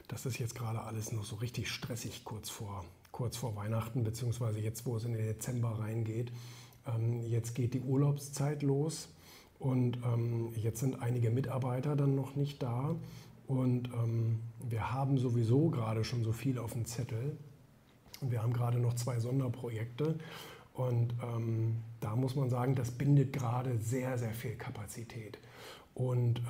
Das ist jetzt gerade alles noch so richtig stressig kurz vor Weihnachten, beziehungsweise jetzt, wo es in den Dezember reingeht. Jetzt geht die Urlaubszeit los und jetzt sind einige Mitarbeiter dann noch nicht da. Und wir haben sowieso gerade schon so viel auf dem Zettel. Und wir haben gerade noch 2 Sonderprojekte. Und da muss man sagen, das bindet gerade sehr, sehr viel Kapazität. Und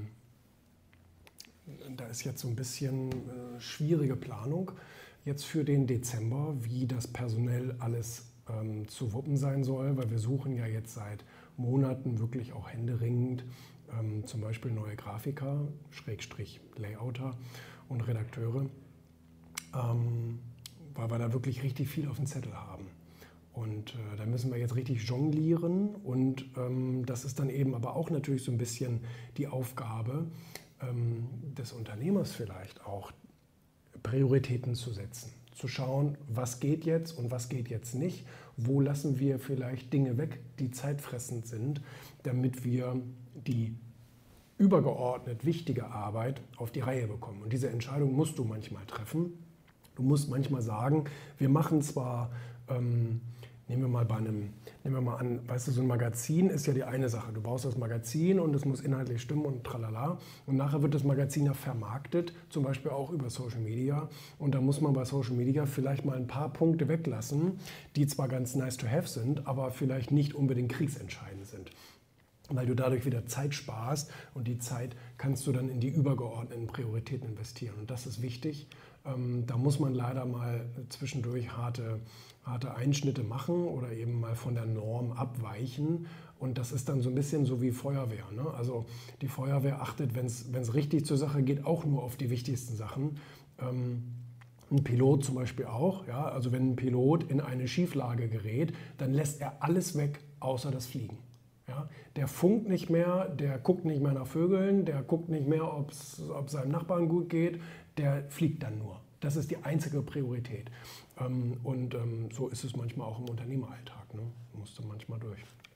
da ist jetzt so ein bisschen schwierige Planung jetzt für den Dezember, wie das personell alles zu wuppen sein soll, weil wir suchen ja jetzt seit Monaten wirklich auch händeringend zum Beispiel neue Grafiker, Schrägstrich Layouter und Redakteure, weil wir da wirklich richtig viel auf dem Zettel haben. Und da müssen wir jetzt richtig jonglieren und das ist dann eben aber auch natürlich so ein bisschen die Aufgabe des Unternehmers vielleicht auch, Prioritäten zu setzen. Zu schauen, was geht jetzt und was geht jetzt nicht, wo lassen wir vielleicht Dinge weg, die zeitfressend sind, damit wir die übergeordnet wichtige Arbeit auf die Reihe bekommen. Und diese Entscheidung musst du manchmal treffen. Du musst manchmal sagen, wir machen zwar, nehmen wir mal an, weißt du, so ein Magazin ist ja die eine Sache. Du baust das Magazin und es muss inhaltlich stimmen und tralala. Und nachher wird das Magazin ja vermarktet, zum Beispiel auch über Social Media. Und da muss man bei Social Media vielleicht mal ein paar Punkte weglassen, die zwar ganz nice to have sind, aber vielleicht nicht unbedingt kriegsentscheidend sind. Weil du dadurch wieder Zeit sparst und die Zeit kannst du dann in die übergeordneten Prioritäten investieren. Und das ist wichtig. Da muss man leider mal zwischendurch harte Einschnitte machen oder eben mal von der Norm abweichen. Und das ist dann so ein bisschen so wie Feuerwehr, ne? Also die Feuerwehr achtet, wenn es richtig zur Sache geht, auch nur auf die wichtigsten Sachen. Ein Pilot zum Beispiel auch. Ja? Also wenn ein Pilot in eine Schieflage gerät, dann lässt er alles weg, außer das Fliegen. Ja, der funkt nicht mehr, der guckt nicht mehr nach Vögeln, der guckt nicht mehr, ob seinem Nachbarn gut geht, der fliegt dann nur. Das ist die einzige Priorität. Und so ist es manchmal auch im Unternehmeralltag. Ne? Musst du manchmal durch.